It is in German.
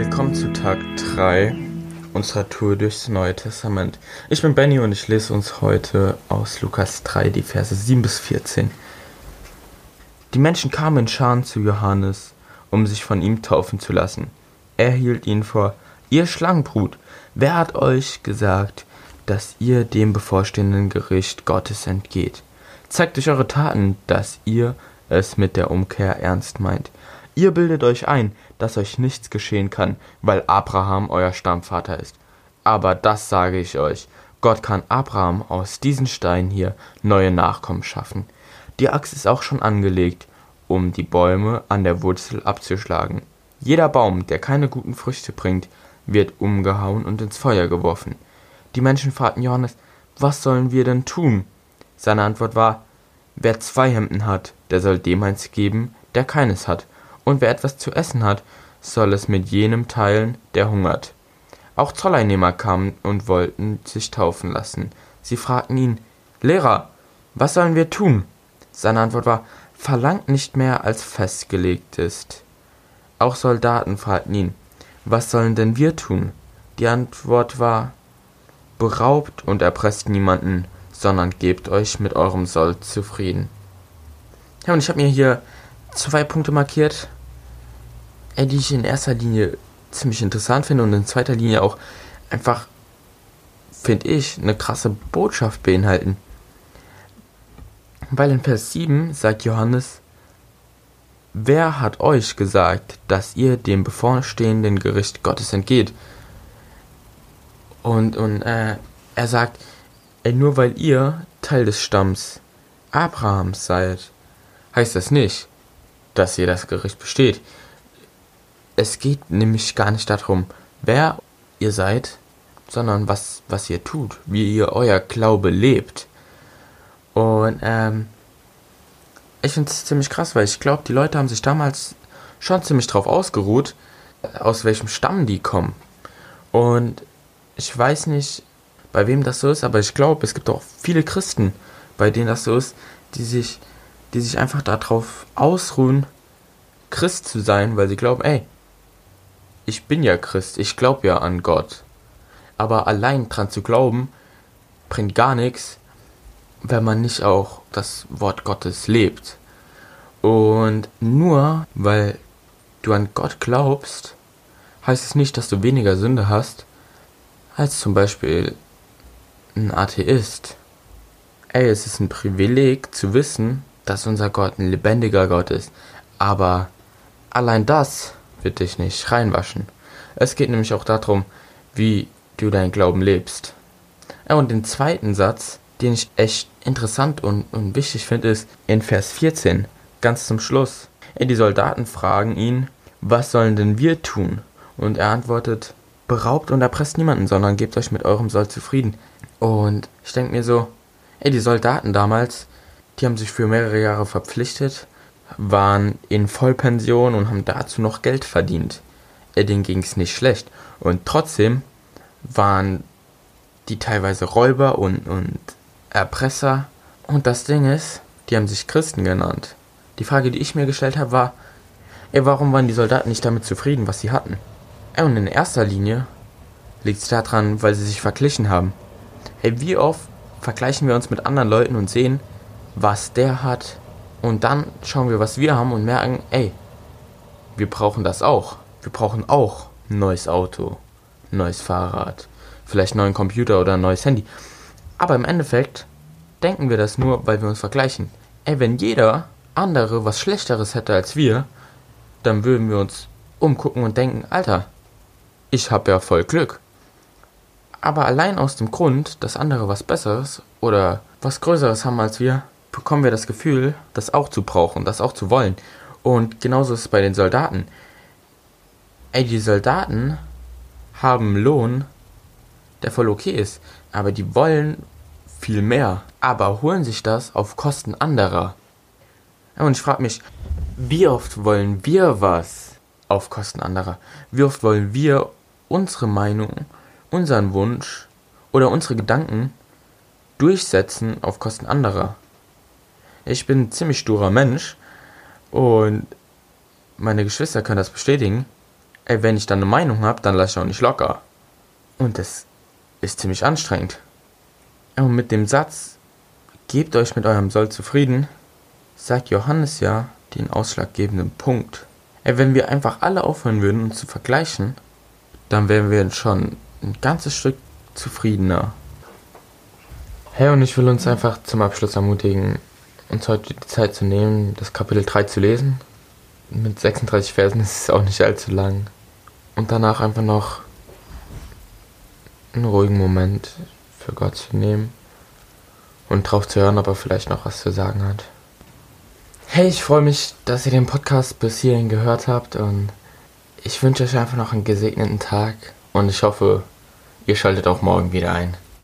Willkommen zu Tag 3 unserer Tour durchs Neue Testament. Ich bin Benny und ich lese uns heute aus Lukas 3 die Verse 7 bis 14. Die Menschen kamen in Scharen zu Johannes, um sich von ihm taufen zu lassen. Er hielt ihnen vor: Ihr Schlangenbrut, wer hat euch gesagt, dass ihr dem bevorstehenden Gericht Gottes entgeht? Zeigt durch eure Taten, dass ihr es mit der Umkehr ernst meint. Ihr bildet euch ein, dass euch nichts geschehen kann, weil Abraham euer Stammvater ist. Aber das sage ich euch: Gott kann Abraham aus diesen Steinen hier neue Nachkommen schaffen. Die Axt ist auch schon angelegt, um die Bäume an der Wurzel abzuschlagen. Jeder Baum, der keine guten Früchte bringt, wird umgehauen und ins Feuer geworfen. Die Menschen fragten Johannes: Was sollen wir denn tun? Seine Antwort war: Wer 2 Hemden hat, der soll dem eins geben, der keines hat. Und wer etwas zu essen hat, soll es mit jenem teilen, der hungert. Auch Zolleinnehmer kamen und wollten sich taufen lassen. Sie fragten ihn: Lehrer, was sollen wir tun? Seine Antwort war: Verlangt nicht mehr, als festgelegt ist. Auch Soldaten fragten ihn: Was sollen denn wir tun? Die Antwort war: Beraubt und erpresst niemanden, sondern gebt euch mit eurem Sold zufrieden. Ja, und ich habe mir hier 2 Punkte markiert, die ich in erster Linie ziemlich interessant finde und in zweiter Linie auch einfach, finde ich, eine krasse Botschaft beinhalten. Weil in Vers 7 sagt Johannes: Wer hat euch gesagt, dass ihr dem bevorstehenden Gericht Gottes entgeht? Und er sagt, nur weil ihr Teil des Stamms Abrahams seid, heißt das nicht, dass ihr das Gericht besteht. Es geht nämlich gar nicht darum, wer ihr seid, sondern was ihr tut, wie ihr euer Glaube lebt. Und ich finde es ziemlich krass, weil ich glaube, die Leute haben sich damals schon ziemlich drauf ausgeruht, aus welchem Stamm die kommen. Und ich weiß nicht, bei wem das so ist, aber ich glaube, es gibt auch viele Christen, bei denen das so ist, die sich einfach darauf ausruhen, Christ zu sein, weil sie glauben: Ich bin ja Christ, ich glaube ja an Gott. Aber allein dran zu glauben, bringt gar nichts, wenn man nicht auch das Wort Gottes lebt. Und nur weil du an Gott glaubst, heißt es nicht, dass du weniger Sünde hast, als zum Beispiel ein Atheist. Es ist ein Privileg zu wissen, dass unser Gott ein lebendiger Gott ist. Aber allein das wird dich nicht reinwaschen. Es geht nämlich auch darum, wie du deinen Glauben lebst. Und den zweiten Satz, den ich echt interessant und wichtig finde, ist in Vers 14, ganz zum Schluss. Die Soldaten fragen ihn: Was sollen denn wir tun? Und er antwortet: Beraubt und erpresst niemanden, sondern gebt euch mit eurem Sold zufrieden. Und ich denke mir so, die Soldaten damals, die haben sich für mehrere Jahre verpflichtet, waren in Vollpension und haben dazu noch Geld verdient. Denen ging es nicht schlecht. Und trotzdem waren die teilweise Räuber und Erpresser. Und das Ding ist, die haben sich Christen genannt. Die Frage, die ich mir gestellt habe, war: Warum waren die Soldaten nicht damit zufrieden, was sie hatten? Und in erster Linie liegt es daran, weil sie sich verglichen haben. Wie oft vergleichen wir uns mit anderen Leuten und sehen, was der hat, und dann schauen wir, was wir haben und merken, wir brauchen das auch. Wir brauchen auch ein neues Auto, ein neues Fahrrad, vielleicht einen neuen Computer oder ein neues Handy. Aber im Endeffekt denken wir das nur, weil wir uns vergleichen. Wenn jeder andere was Schlechteres hätte als wir, dann würden wir uns umgucken und denken: Alter, ich habe ja voll Glück. Aber allein aus dem Grund, dass andere was Besseres oder was Größeres haben als wir, bekommen wir das Gefühl, das auch zu brauchen, das auch zu wollen. Und genauso ist es bei den Soldaten. Die Soldaten haben einen Lohn, der voll okay ist, aber die wollen viel mehr, aber holen sich das auf Kosten anderer. Und ich frage mich, wie oft wollen wir was auf Kosten anderer? Wie oft wollen wir unsere Meinung, unseren Wunsch oder unsere Gedanken durchsetzen auf Kosten anderer? Ich bin ein ziemlich sturer Mensch und meine Geschwister können das bestätigen. Wenn ich dann eine Meinung habe, dann lasse ich auch nicht locker. Und das ist ziemlich anstrengend. Und mit dem Satz, gebt euch mit eurem Soll zufrieden, sagt Johannes ja den ausschlaggebenden Punkt. Wenn wir einfach alle aufhören würden, uns zu vergleichen, dann wären wir schon ein ganzes Stück zufriedener. Hey, und ich will uns einfach zum Abschluss ermutigen, uns heute die Zeit zu nehmen, das Kapitel 3 zu lesen. Mit 36 Versen ist es auch nicht allzu lang. Und danach einfach noch einen ruhigen Moment für Gott zu nehmen und drauf zu hören, ob er vielleicht noch was zu sagen hat. Hey, ich freue mich, dass ihr den Podcast bis hierhin gehört habt und ich wünsche euch einfach noch einen gesegneten Tag und ich hoffe, ihr schaltet auch morgen wieder ein.